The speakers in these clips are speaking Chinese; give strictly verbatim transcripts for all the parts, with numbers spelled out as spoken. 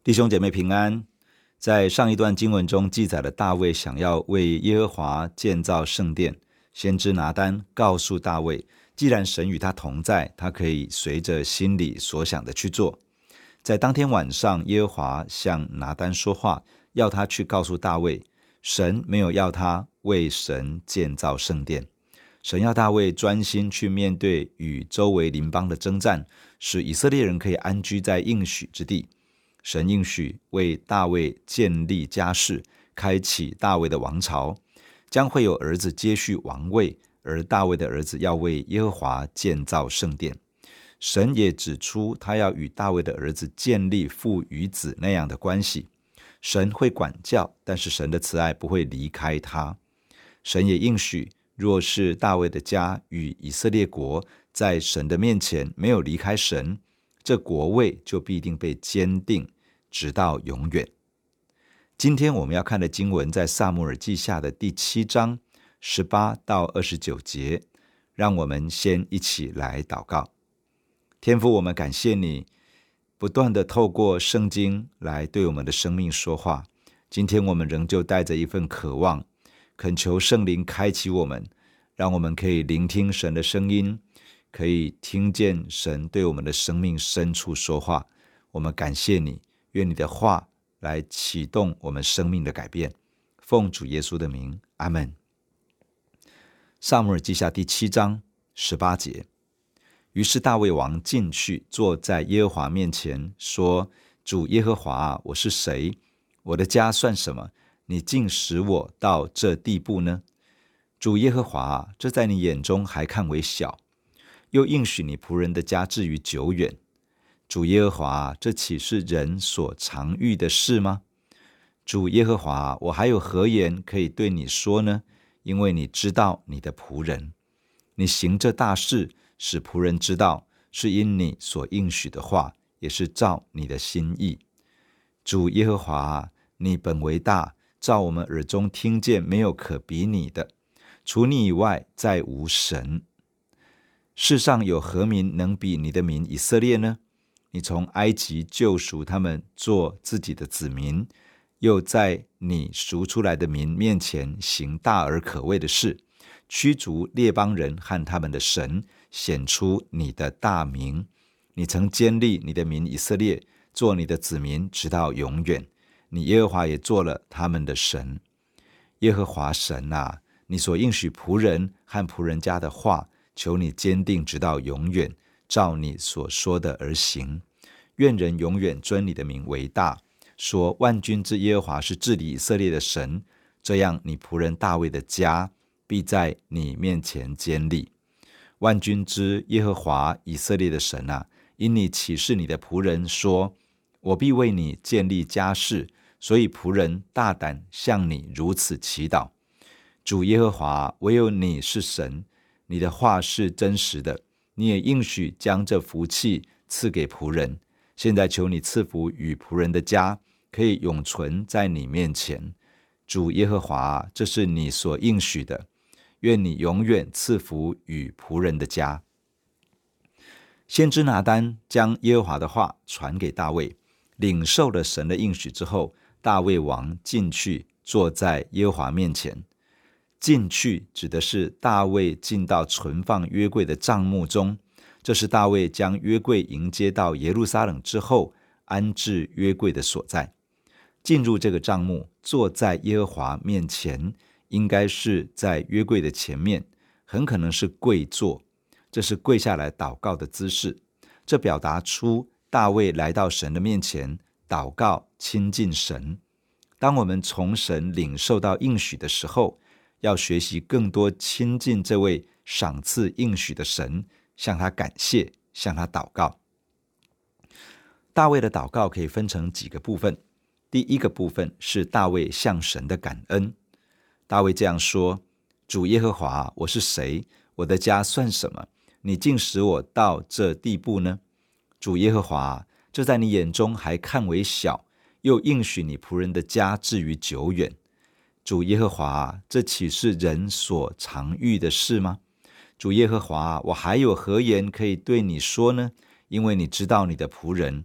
弟兄姐妹平安。在上一段经文中记载了大卫想要为耶和华建造圣殿，先知拿单告诉大卫，既然神与他同在，他可以随着心里所想的去做。在当天晚上，耶和华向拿单说话，要他去告诉大卫，神没有要他为神建造圣殿，神要大卫专心去面对与周围邻邦的征战，使以色列人可以安居在应许之地。神应许为大卫建立家室，开启大卫的王朝，将会有儿子接续王位，而大卫的儿子要为耶和华建造圣殿。神也指出，他要与大卫的儿子建立父与子那样的关系。神会管教，但是神的慈爱不会离开他。神也应许，若是大卫的家与以色列国在神的面前没有离开神，这国位就必定被坚定，直到永远。今天我们要看的经文在撒母耳记下的第七章十八到二十九节，让我们先一起来祷告。天父，我们感谢你不断的透过圣经来对我们的生命说话。今天我们仍旧带着一份渴望，恳求圣灵开启我们，让我们可以聆听神的声音，可以听见神对我们的生命深处说话。我们感谢你，愿你的话来启动我们生命的改变。奉主耶稣的名，阿们。撒母耳记下第七章十八节，于是大卫王进去，坐在耶和华面前，说：主耶和华啊，我是谁？我的家算什么？你竟使我到这地步呢？主耶和华啊，这在你眼中还看为小，又应许你仆人的家至于久远。主耶和华啊，这岂是人所常遇的事吗？主耶和华啊，我还有何言可以对你说呢？因为你知道你的仆人，你行这大事，使仆人知道，是因你所应许的话，也是照你的心意。主耶和华啊，你本为大，照我们耳中听见，没有可比你的，除你以外再无神。世上有何民能比你的民以色列呢？你从埃及救赎他们做自己的子民，又在你赎出来的民面前行大而可畏的事，驱逐列邦人和他们的神，显出你的大名。你曾坚立你的民以色列，做你的子民直到永远。你耶和华也做了他们的神。耶和华神啊，你所应许仆人和仆人家的话，求你坚定直到永远，照你所说的而行。愿人永远尊你的名为大，说万军之耶和华是治理以色列的神，这样你仆人大卫的家必在你面前坚立。万军之耶和华以色列的神啊，因你启示你的仆人说，我必为你建立家室，所以仆人大胆向你如此祈祷。主耶和华，唯有你是神，你的话是真实的，你也应许将这福气赐给仆人。现在求你赐福与仆人的家，可以永存在你面前。主耶和华，这是你所应许的，愿你永远赐福与仆人的家。先知拿单将耶和华的话传给大卫，领受了神的应许之后，大卫王进去坐在耶和华面前。进去指的是大卫进到存放约柜的帐幕中，这是大卫将约柜迎接到耶路撒冷之后安置约柜的所在。进入这个帐幕，坐在耶和华面前，应该是在约柜的前面，很可能是跪坐，这是跪下来祷告的姿势。这表达出大卫来到神的面前祷告亲近神。当我们从神领受到应许的时候，要学习更多亲近这位赏赐应许的神，向他感谢，向他祷告。大卫的祷告可以分成几个部分。第一个部分是大卫向神的感恩。大卫这样说：主耶和华，我是谁？我的家算什么？你竟使我到这地步呢？主耶和华，这在你眼中还看为小，又应许你仆人的家至于久远。主耶和华，这岂是人所常遇的事吗？主耶和华，我还有何言可以对你说呢？因为你知道你的仆人，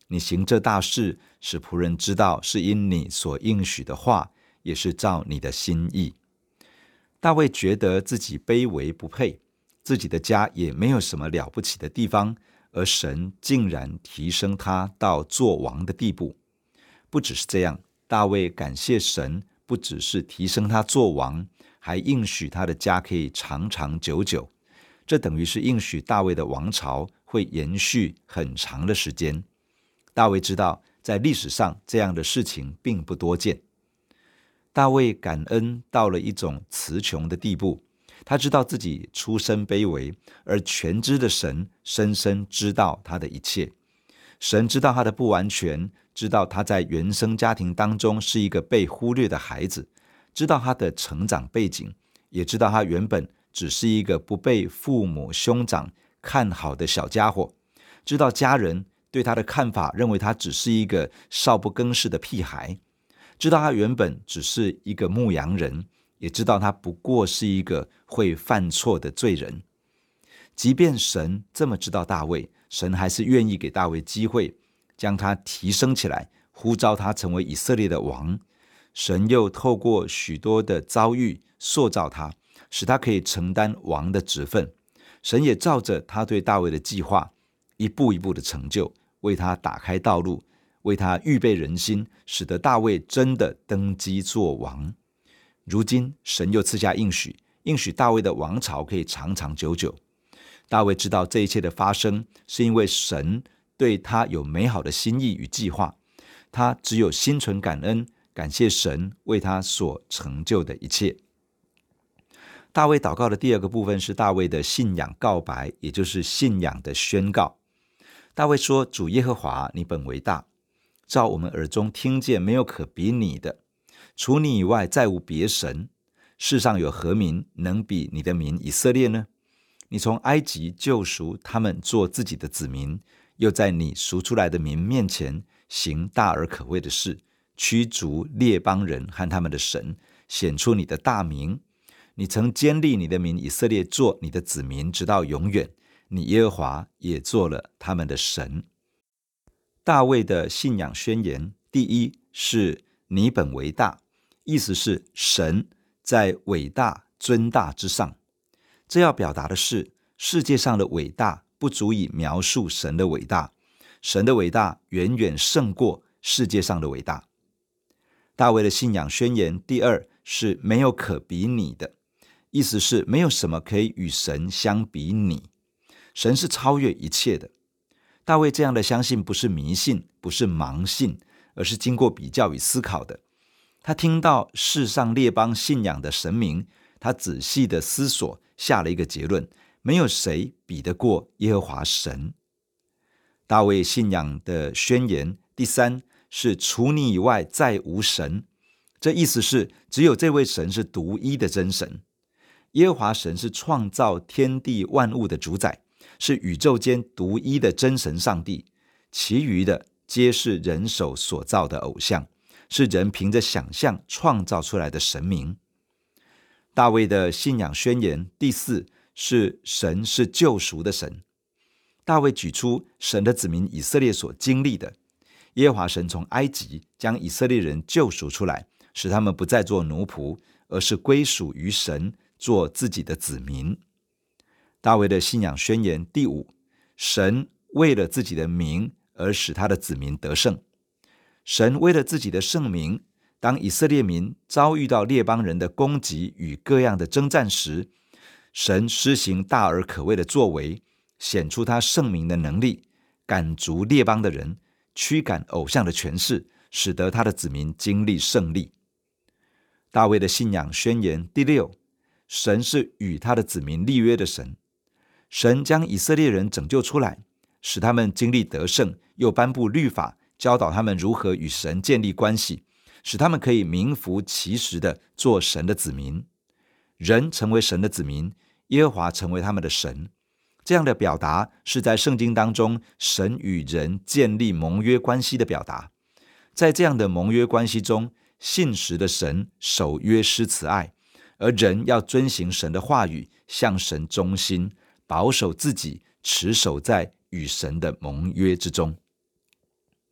你行这大事，使仆人知道是因你所应许的话，也是照你的心意。大卫觉得自己卑微不配，自己的家也没有什么了不起的地方，而神竟然提升他到做王的地步。不只是这样，大卫感谢神，不只是提升他做王，还应许他的家可以长长久久。这等于是应许大卫的王朝会延续很长的时间。大卫知道，在历史上这样的事情并不多见。大卫感恩到了一种词穷的地步，他知道自己出身卑微，而全知的神深深知道他的一切。神知道他的不完全，知道他在原生家庭当中是一个被忽略的孩子，知道他的成长背景，也知道他原本只是一个不被父母兄长看好的小家伙，知道家人对他的看法认为他只是一个少不更事的屁孩，知道他原本只是一个牧羊人，也知道他不过是一个会犯错的罪人。即便神这么知道大卫，神还是愿意给大卫机会，将他提升起来，呼召他成为以色列的王。神又透过许多的遭遇塑造他，使他可以承担王的职分。神也照着他对大卫的计划，一步一步的成就，为他打开道路，为他预备人心，使得大卫真的登基做王。如今神又赐下应许，应许大卫的王朝可以长长久久。大卫知道这一切的发生，是因为神对他有美好的心意与计划，他只有心存感恩，感谢神为他所成就的一切。大卫祷告的第二个部分是大卫的信仰告白，也就是信仰的宣告。大卫说：主耶和华，你本为大，照我们耳中听见没有可比你的，除你以外再无别神，世上有何民能比你的民以色列呢？你从埃及救赎他们做自己的子民，又在你赎出来的民面前行大而可畏的事，驱逐列邦人和他们的神，显出你的大名。你曾坚立你的民以色列做你的子民，直到永远。你耶和华也做了他们的神。大卫的信仰宣言，第一是你本为大，意思是神在伟大尊大之上。这要表达的是，世界上的伟大不足以描述神的伟大，神的伟大远远胜过世界上的伟大。大卫的信仰宣言，第二是没有可比拟的，意思是没有什么可以与神相比拟，神是超越一切的。大卫这样的相信不是迷信，不是盲信，而是经过比较与思考的。他听到世上列邦信仰的神明，他仔细的思索，下了一个结论：没有谁比得过耶和华神。大卫信仰的宣言，第三是除你以外再无神。这意思是只有这位神是独一的真神。耶和华神是创造天地万物的主宰，是宇宙间独一的真神上帝，其余的皆是人手所造的偶像，是人凭着想象创造出来的神明。大卫的信仰宣言，第四是神是救赎的神。大卫举出神的子民以色列所经历的，耶和华神从埃及将以色列人救赎出来，使他们不再做奴仆，而是归属于神，做自己的子民。大卫的信仰宣言，第五，神为了自己的名而使他的子民得胜。神为了自己的圣名，当以色列民遭遇到列邦人的攻击与各样的征战时，神施行大而可畏的作为，显出他圣名的能力，赶逐列邦的人，驱赶偶像的权势，使得他的子民经历胜利。大卫的信仰宣言，第六，神是与他的子民立约的神。神将以色列人拯救出来，使他们经历得胜，又颁布律法，教导他们如何与神建立关系，使他们可以名副其实的做神的子民。人成为神的子民，耶和华成为他们的神。这样的表达是在圣经当中神与人建立盟约关系的表达。在这样的盟约关系中，信实的神守约施慈爱，而人要遵行神的话语，向神忠心，保守自己，持守在与神的盟约之中。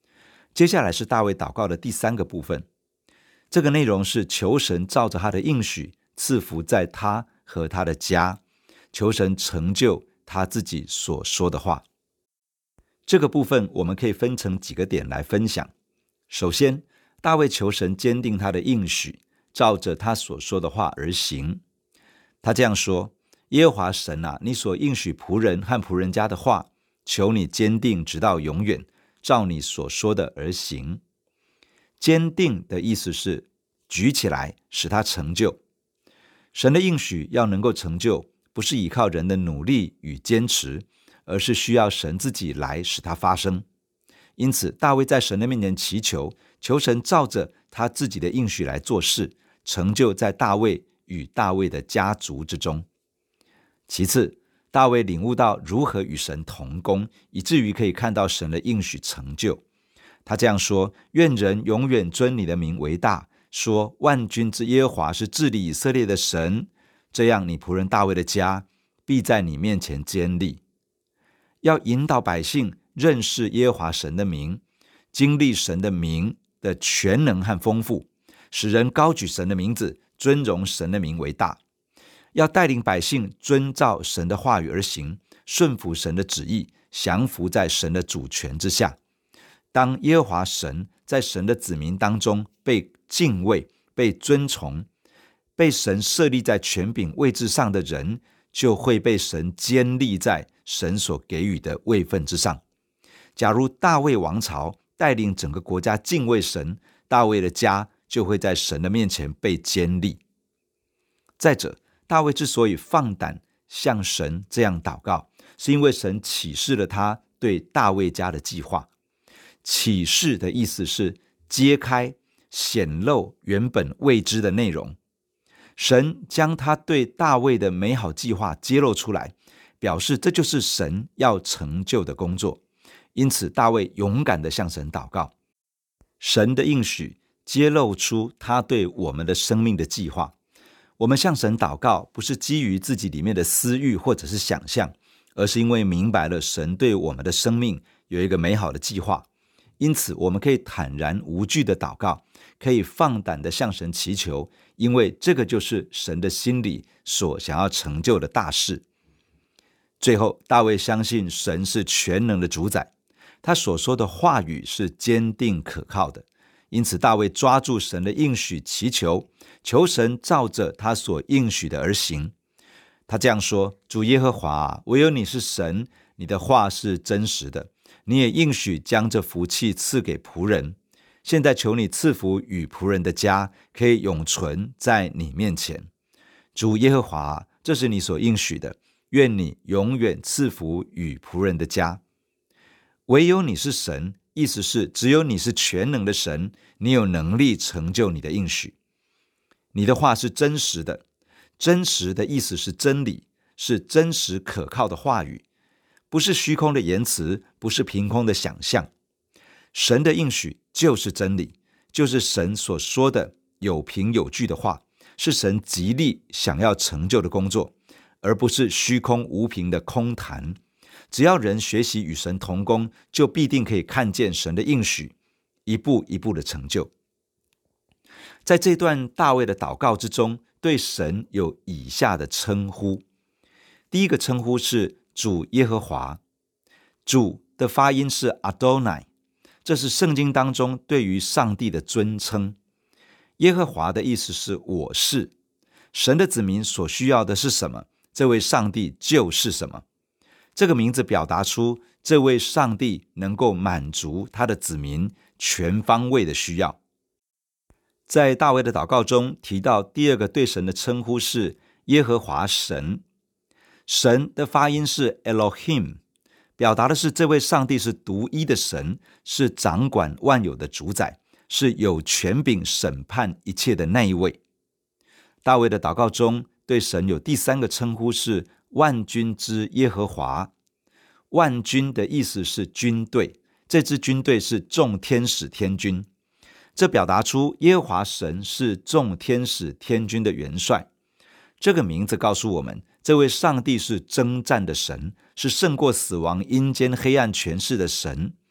接下来是大卫祷告的第三个部分，这个内容是求神照着他的应许赐福在他和他的家，求神成就他自己所说的话。这个部分我们可以分成几个点来分享。首先，大卫求神坚定他的应许，照着他所说的话而行。他这样说：耶和华神啊，你所应许仆人和仆人家的话，求你坚定直到永远，照你所说的而行。坚定的意思是举起来，使它成就。神的应许要能够成就，不是依靠人的努力与坚持，而是需要神自己来使它发生。因此，大卫在神的面前祈求，求神照着他自己的应许来做事，成就在大卫与大卫的家族之中。其次，大卫领悟到如何与神同工，以至于可以看到神的应许成就。他这样说：愿人永远尊你的名为大，说万军之耶和华是治理以色列的神，这样你仆人大卫的家必在你面前坚立。要引导百姓认识耶和华神的名，经历神的名的全能和丰富，使人高举神的名字，尊荣神的名为大。要带领百姓遵照神的话语而行，顺服神的旨意，降服在神的主权之下。当耶和华神在神的子民当中被敬畏、被尊崇，被神设立在权柄位置上的人，就会被神坚立在神所给予的位分之上。假如大卫王朝带领整个国家敬畏神，大卫的家就会在神的面前被坚立。再者，大卫之所以放胆向神这样祷告，是因为神启示了他对大卫家的计划。启示的意思是揭开、显露原本未知的内容。神将他对大卫的美好计划揭露出来，表示这就是神要成就的工作。因此，大卫勇敢地向神祷告。神的应许揭露出他对我们的生命的计划。我们向神祷告，不是基于自己里面的私欲或者是想象，而是因为明白了神对我们的生命有一个美好的计划。因此，我们可以坦然无惧的祷告，可以放胆的向神祈求，因为这个就是神的心里所想要成就的大事。最后，大卫相信神是全能的主宰，他所说的话语是坚定可靠的。因此，大卫抓住神的应许祈求，求神照着他所应许的而行。他这样说：主耶和华，唯有你是神，你的话是真实的，你也应许将这福气赐给仆人。现在求你赐福与仆人的家，可以永存在你面前。主耶和华，这是你所应许的，愿你永远赐福与仆人的家。唯有你是神，意思是只有你是全能的神，你有能力成就你的应许。你的话是真实的，真实的意思是真理，是真实可靠的话语，不是虚空的言辞，不是凭空的想象。神的应许就是真理，就是神所说的有凭有据的话，是神极力想要成就的工作，而不是虚空无凭的空谈。只要人学习与神同工，就必定可以看见神的应许一步一步的成就。在这段大卫的祷告之中，对神有以下的称呼。第一个称呼是主耶和华，主的发音是 Adonai， 这是圣经当中对于上帝的尊称。耶和华的意思是我是，神的子民所需要的是什么，这位上帝就是什么。这个名字表达出这位上帝能够满足他的子民全方位的需要。在大卫的祷告中提到第二个对神的称呼是耶和华神，神的发音是 Elohim， 表达的是这位上帝是独一的神，是掌管万有的主宰，是有权柄审判一切的那一位。大卫的祷告中对神有第三个称呼是万军之耶和华。万军的意思是军队，这支军队是众天使天军，这表达出耶和华神是众天使天军的元帅。这个名字告诉我们，这位上帝是征战的神，是胜过死亡阴间黑暗权势的神。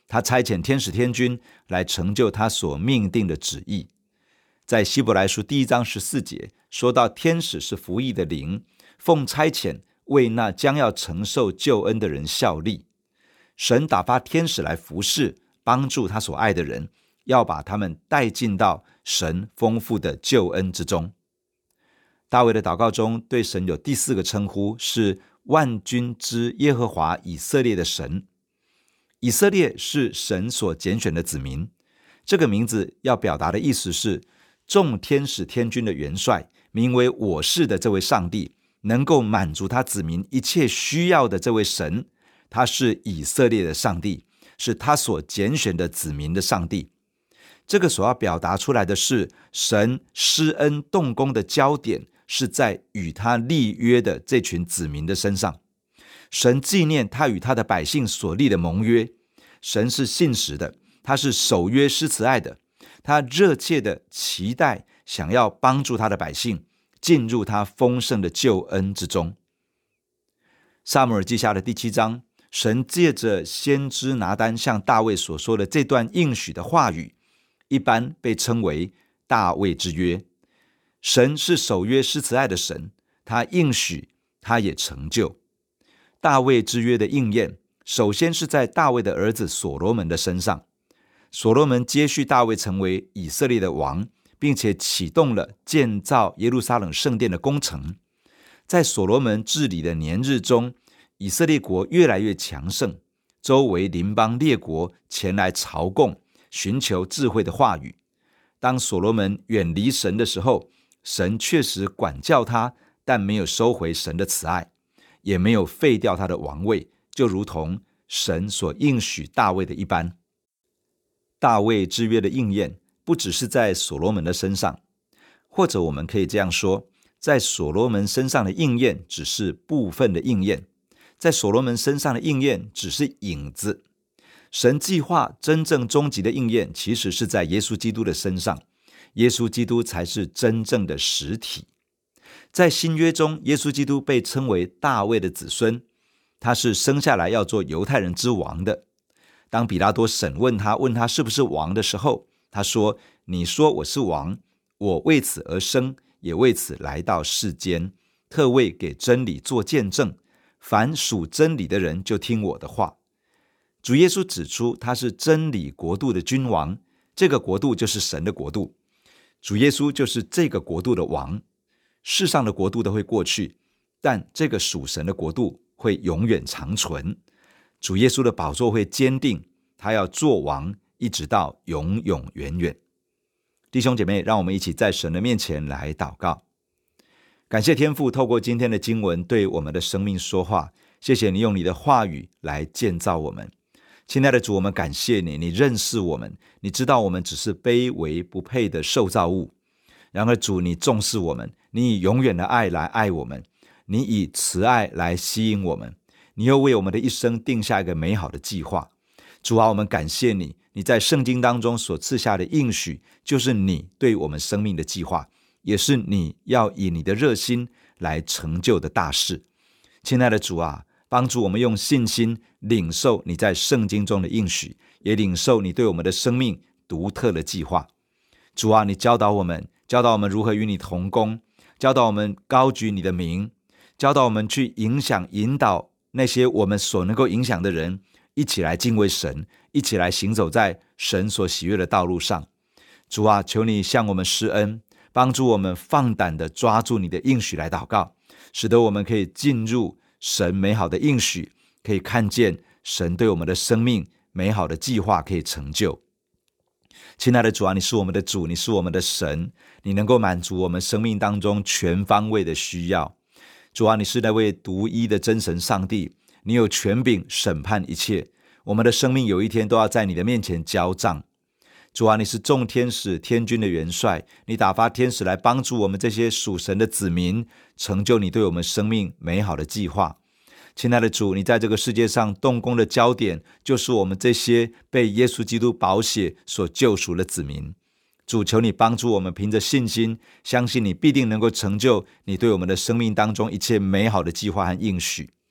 他差遣天使天军来成就他所命定的旨意。在希伯来书第一章十四节说到，天使是服役的灵，奉差遣为那将要承受救恩的人效力。神打发天使来服侍，帮助他所爱的人，要把他们带进到神丰富的救恩之中。大卫的祷告中对神有第四个称呼，是万军之耶和华以色列的神。以色列是神所拣选的子民，这个名字要表达的意思是，众天使天军的元帅，名为我是的这位上帝，能够满足他子民一切需要的这位神，他是以色列的上帝，是他所拣选的子民的上帝。这个所要表达出来的是，神施恩动工的焦点是在与他立约的这群子民的身上。神纪念他与他的百姓所立的盟约，神是信实的，他是守约施慈爱的，他热切的期待想要帮助他的百姓进入他丰盛的救恩之中。撒母耳记下的第七章，神借着先知拿单向大卫所说的这段应许的话语，一般被称为大卫之约。神是守约施慈爱的神，他应许，他也成就。大卫之约的应验，首先是在大卫的儿子所罗门的身上。所罗门接续大卫成为以色列的王，并且启动了建造耶路撒冷圣殿的工程。在所罗门治理的年日中，以色列国越来越强盛，周围邻邦列国前来朝贡，寻求智慧的话语。当所罗门远离神的时候，神确实管教他，但没有收回神的慈爱，也没有废掉他的王位，就如同神所应许大卫的一般。大卫之约的应验不只是在所罗门的身上，或者我们可以这样说，在所罗门身上的应验只是部分的应验，在所罗门身上的应验只是影子。神计划真正终极的应验，其实是在耶稣基督的身上，耶稣基督才是真正的实体。在新约中，耶稣基督被称为大卫的子孙，他是生下来要做犹太人之王的。当比拉多审问他，问他是不是王的时候，他说，你说我是王，我为此而生，也为此来到世间，特为给真理做见证，凡属真理的人就听我的话。主耶稣指出，他是真理国度的君王，这个国度就是神的国度，主耶稣就是这个国度的王。世上的国度都会过去，但这个属神的国度会永远长存。主耶稣的宝座会坚定，他要做王，一直到永永远远。弟兄姐妹，让我们一起在神的面前来祷告。感谢天父透过今天的经文对我们的生命说话，谢谢你用你的话语来建造我们。亲爱的主，我们感谢你，你认识我们，你知道我们只是卑微不配的受造物。然而主，你重视我们，你以永远的爱来爱我们，你以慈爱来吸引我们，你又为我们的一生定下一个美好的计划。主啊，我们感谢你，你在圣经当中所赐下的应许，就是你对我们生命的计划，也是你要以你的热心来成就的大事。亲爱的主啊，帮助我们用信心领受你在圣经中的应许，也领受你对我们的生命独特的计划。主啊，你教导我们，教导我们如何与你同工，教导我们高举你的名，教导我们去影响引导那些我们所能够影响的人，一起来敬畏神，一起来行走在神所喜悦的道路上。主啊，求你向我们施恩，帮助我们放胆地抓住你的应许来祷告，使得我们可以进入神美好的应许，可以看见神对我们的生命美好的计划可以成就。亲爱的主啊，你是我们的主，你是我们的神，你能够满足我们生命当中全方位的需要。主啊，你是那位独一的真神上帝，你有权柄审判一切，我们的生命有一天都要在你的面前交账。主啊，你是众天使天军的元帅，你打发天使来帮助我们这些属神的子民，成就你对我们生命美好的计划。亲爱的主，你在这个世界上动工的焦点，就是我们这些被耶稣基督宝血所救赎的子民。主，求你帮助我们凭着信心，相信你必定能够成就你对我们的生命当中一切美好的计划和应许。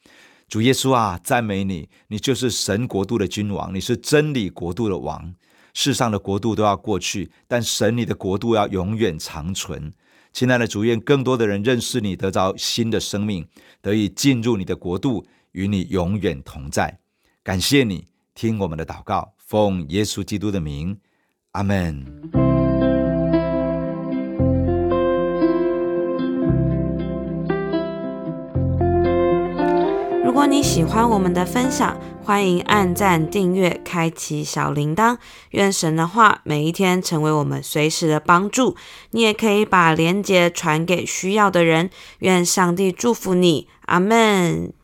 主耶稣啊，赞美你，你就是神国度的君王，你是真理国度的王。世上的国度都要过去，但神你的国度要永远长存。亲爱的主，愿更多的人认识你，得着新的生命，得以进入你的国度，与你永远同在。感谢你听我们的祷告，奉耶稣基督的名，阿们。 如果你喜欢我们的分享，欢迎按赞、订阅、开启小铃铛。愿神的话每一天成为我们随时的帮助。你也可以把连结传给需要的人。愿上帝祝福你，阿们。